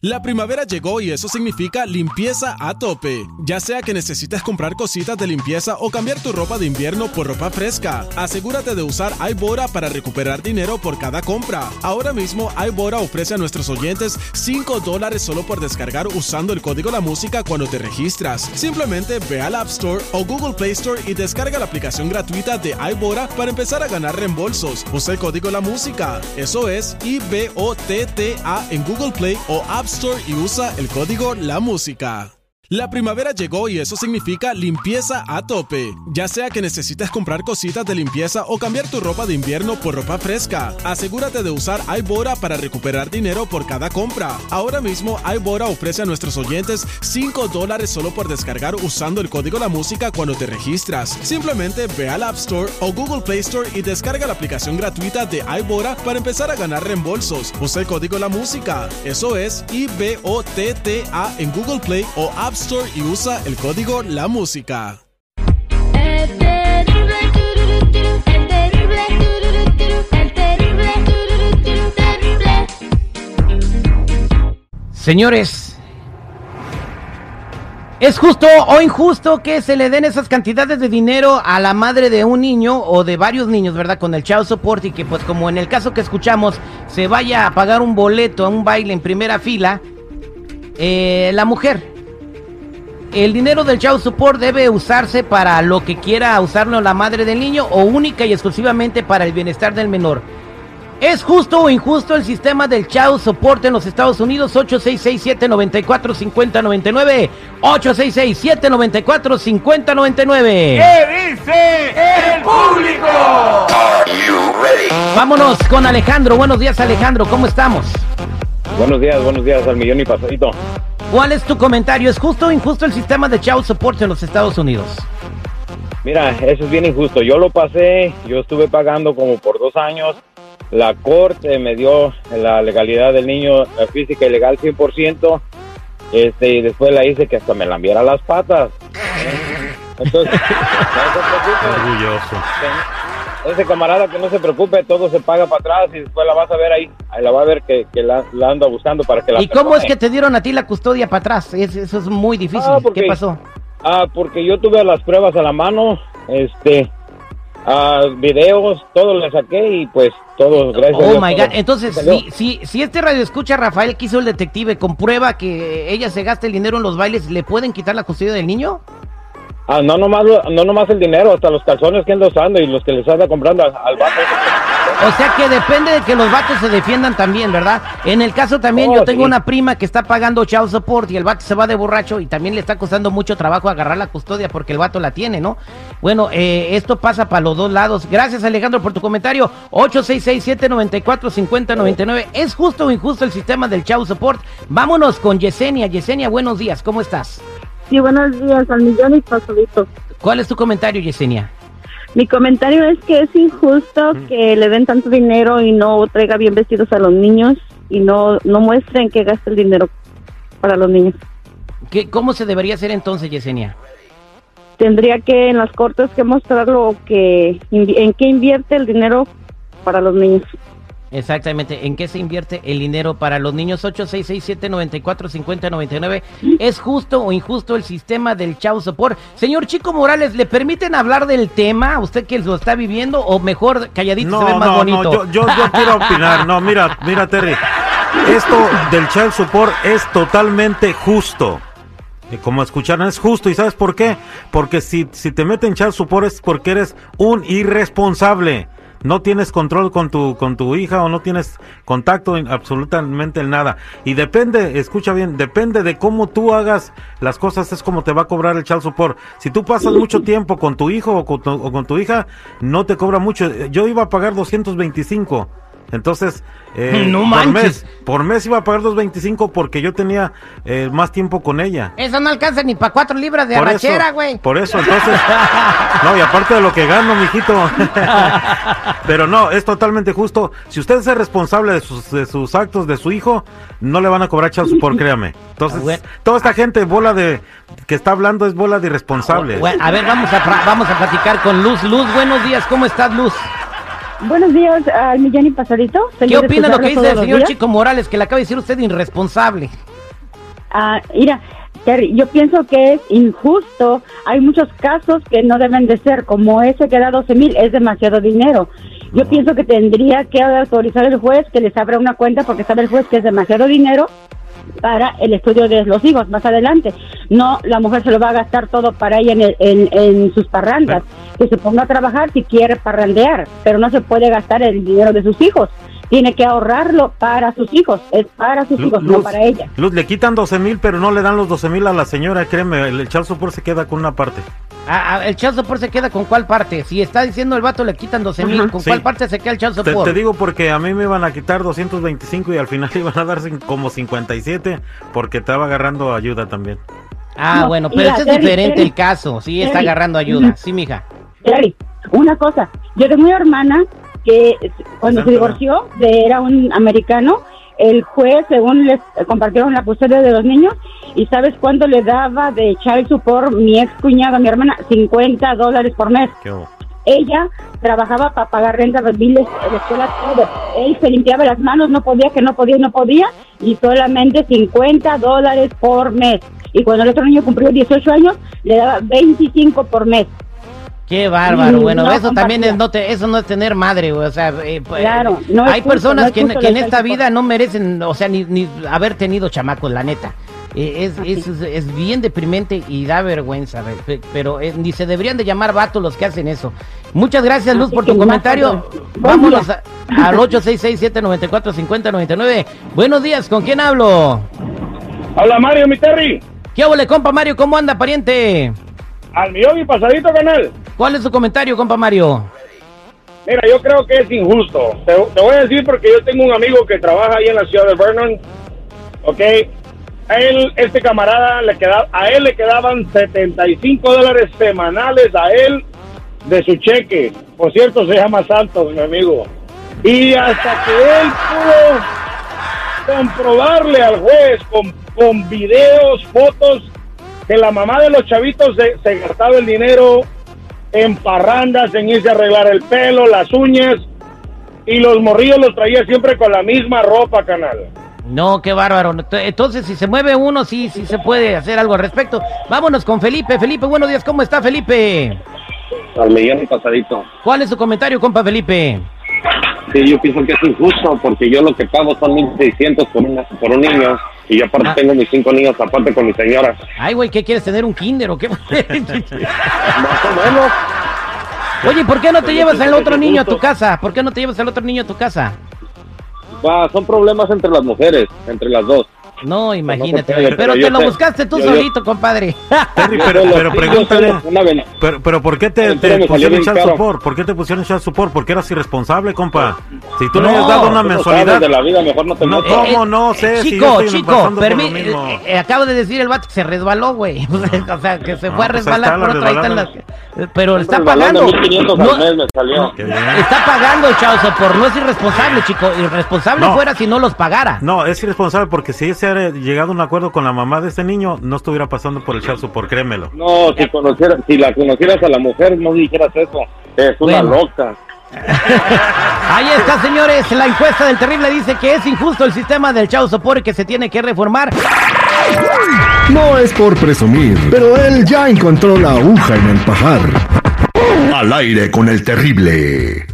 La primavera llegó y eso significa limpieza a tope. Ya sea que necesites comprar cositas de limpieza o cambiar tu ropa de invierno por ropa fresca, asegúrate de usar iBora para recuperar dinero por cada compra. Ahora mismo iBora ofrece a nuestros oyentes $5 solo por descargar usando el código La Música cuando te registras. Simplemente ve al App Store o Google Play Store y descarga la aplicación gratuita de iBora para empezar a ganar reembolsos. Usa el código La Música. Eso es IBOTTA en Google Play o App Store y usa el código La Música. La primavera llegó y eso significa limpieza a tope. Ya sea que necesites comprar cositas de limpieza o cambiar tu ropa de invierno por ropa fresca, asegúrate de usar iBora para recuperar dinero por cada compra. Ahora mismo iBora ofrece a nuestros oyentes $5 solo por descargar usando el código La Música cuando te registras. Simplemente ve al App Store o Google Play Store y descarga la aplicación gratuita de iBora para empezar a ganar reembolsos. Usa el código La Música. Eso es IBOTTA en Google Play o App Store y usa el código La Música. Señores, ¿es justo o injusto que se le den esas cantidades de dinero a la madre de un niño o de varios niños, verdad, con el child support, y que pues como en el caso que escuchamos se vaya a pagar un boleto a un baile en primera fila la mujer? ¿El dinero del child support debe usarse para lo que quiera usarlo la madre del niño o única y exclusivamente para el bienestar del menor? ¿Es justo o injusto el sistema del child support en los Estados Unidos? 866-794-5099. 866-794-5099. ¿Qué dice el público? Vámonos con Alejandro. Buenos días, Alejandro. ¿Cómo estamos? Buenos días, al millón y pasadito. ¿Cuál es tu comentario? ¿Es justo o injusto el sistema de child support en los Estados Unidos? Mira, eso es bien injusto. Yo lo pasé, yo estuve pagando como por 2 años. La corte me dio la legalidad del niño, la física y legal 100%. Y después la hice que hasta me lambiera las patas. Entonces, no se preocupe. Orgulloso. Ese camarada que no se preocupe, todo se paga para atrás y después la vas a ver ahí la va a ver que la ando buscando para que la... ¿Y cómo es que te dieron a ti la custodia para atrás? Eso es muy difícil. ¿Qué pasó? Porque yo tuve las pruebas a la mano, videos, todo le saqué y pues todo, gracias a Dios. Oh my God, entonces si este radio escucha Rafael que hizo el detective, comprueba que ella se gasta el dinero en los bailes, ¿le pueden quitar la custodia del niño? No nomás el dinero, hasta los calzones que anda usando y los que les anda comprando al vato. O sea que depende de que los vatos se defiendan también, ¿verdad? En el caso también yo tengo una prima que está pagando child support y el vato se va de borracho y también le está costando mucho trabajo agarrar la custodia porque el vato la tiene, ¿no? Bueno, esto pasa para los dos lados. Gracias, Alejandro, por tu comentario. 866-794-5099. ¿Es justo o injusto el sistema del child support? Vámonos con Yesenia. Yesenia, buenos días, ¿cómo estás? Sí, buenos días, al millón y pasadito. ¿Cuál es tu comentario, Yesenia? Mi comentario es que es injusto que le den tanto dinero y no traiga bien vestidos a los niños y no muestren que gasta el dinero para los niños. ¿Cómo se debería hacer entonces, Yesenia? Tendría que en las cortes que mostrarlo en qué invierte el dinero para los niños. Exactamente, ¿en qué se invierte el dinero para los niños? 866-794-5099. ¿Es justo o injusto el sistema del child support? Señor Chico Morales, ¿le permiten hablar del tema? ¿Usted que lo está viviendo o mejor calladito se ve más bonito? No, yo quiero opinar. No, mira, Terry, esto del child support es totalmente justo. Como escucharon, es justo. ¿Y sabes por qué? Porque si te meten child support es porque eres un irresponsable. No tienes control con tu hija o no tienes contacto en absolutamente en nada. Y depende, escucha bien, depende de cómo tú hagas las cosas, es como te va a cobrar el child support. Si tú pasas mucho tiempo con tu hijo o con tu hija, no te cobra mucho. Yo iba a pagar 225. Entonces, no manches. Por mes iba a pagar 225 porque yo tenía más tiempo con ella. Eso no alcanza ni para 4 libras de arrachera, güey. Por eso, entonces, no, y aparte de lo que gano, mijito. Pero no, es totalmente justo. Si usted es responsable de sus actos de su hijo, no le van a cobrar child support, créame. Entonces, toda esta gente que está hablando es bola de irresponsables. A ver, vamos a platicar con Luz. Luz, buenos días, ¿cómo estás, Luz? Buenos días, al millón y pasadito. ¿Qué opina lo que dice el señor Chico Morales, que le acaba de decir usted irresponsable? Mira, Terry, yo pienso que es injusto. Hay muchos casos que no deben de ser, como ese que da 12,000, es demasiado dinero. Yo pienso que tendría que autorizar el juez que les abra una cuenta, porque sabe el juez que es demasiado dinero para el estudio de los hijos más adelante. No, la mujer se lo va a gastar todo para ella en sus parrandas. Que se ponga a trabajar si quiere parrandear, pero no se puede gastar el dinero de sus hijos. Tiene que ahorrarlo para sus hijos, es para sus hijos, no para ella. Luz, le quitan 12,000, pero no le dan los 12,000 a la señora, créeme, el child support se queda con una parte. ¿El child support se queda con cuál parte? Si está diciendo el vato le quitan 12,000, ¿con cuál parte se queda el child support? Te digo porque a mí me iban a quitar 225 y al final iban a dar como 57 porque estaba agarrando ayuda también. Bueno, pero este es diferente el caso, sí, está agarrando ayuda, sí, mija. Terry, una cosa, yo tengo una hermana que cuando se divorció, era un americano, el juez, según les compartieron la custodia de los niños, y ¿sabes cuánto le daba de child support mi ex cuñada, mi hermana? $50 por mes. Ella trabajaba para pagar renta, biles, la escuela, todo. Él se limpiaba las manos, no podía, y solamente $50 por mes. Y cuando el otro niño cumplió 18 años, le daba 25 por mes. Qué bárbaro, bueno, eso también es eso no es tener madre, güey, o sea, claro, hay personas que en esta vida no merecen, o sea, ni haber tenido chamacos, la neta. Es bien deprimente y da vergüenza, pero ni se deberían de llamar vatos los que hacen eso. Muchas gracias, Luz, por tu comentario. Vámonos al 866-794-5099. Buenos días, ¿con quién hablo? Habla Mario, mi Terry. ¿Qué ole, compa Mario? ¿Cómo anda, pariente? Al millón y pasadito, canal. ¿Cuál es su comentario, compa Mario? Mira, yo creo que es injusto. Te voy a decir porque yo tengo un amigo que trabaja ahí en la ciudad de Vernon. Ok. Este camarada, a él le quedaban $75 semanales a él de su cheque. Por cierto, se llama Santos, mi amigo. Y hasta que él pudo comprobarle al juez con videos, fotos, que la mamá de los chavitos se gastaba el dinero en parrandas, en irse a arreglar el pelo, las uñas, y los morrillos los traía siempre con la misma ropa, canal. No, qué bárbaro. Entonces, si se mueve uno, sí se puede hacer algo al respecto. Vámonos con Felipe. Felipe, buenos días, ¿cómo está, Felipe? Al millón y pasadito. ¿Cuál es su comentario, compa Felipe? Sí, yo pienso que es injusto, porque yo lo que pago son 1,600 por un niño, y yo aparte tengo mis 5 niños aparte con mi señora. Ay, güey, ¿qué quieres, tener un kinder o qué? Más o menos. Oye, ¿por qué no te llevas al otro niño a tu casa? ¿Por qué no te llevas al otro niño a tu casa? Son problemas entre las mujeres, entre las dos. No, imagínate, pero te lo buscaste tú solito, compadre. Terry, pero pregúntale, pero ¿por qué te pusieron child support? ¿Por qué te pusieron child support? ¿Por qué eras irresponsable, compa? Si tú le habías dado una mensualidad de la vida, mejor no te no, ¿cómo no sé? Chico, acabo de decir el vato que se resbaló, güey. O sea, que se fue a resbalar por otra, ahí están las... Pero está pagando. 1,500 al mes me salió. Está pagando el child support, no es irresponsable, chico. Irresponsable fuera si no los pagara. No, es irresponsable porque si ese hubiera llegado a un acuerdo con la mamá de este niño, no estuviera pasando por el child support, créemelo. No, si la conocieras a la mujer, no dijeras eso. Es una loca. Ahí está, señores, la encuesta del Terrible dice que es injusto el sistema del child support y que se tiene que reformar. No es por presumir, pero él ya encontró la aguja en el pajar. Al aire con el Terrible.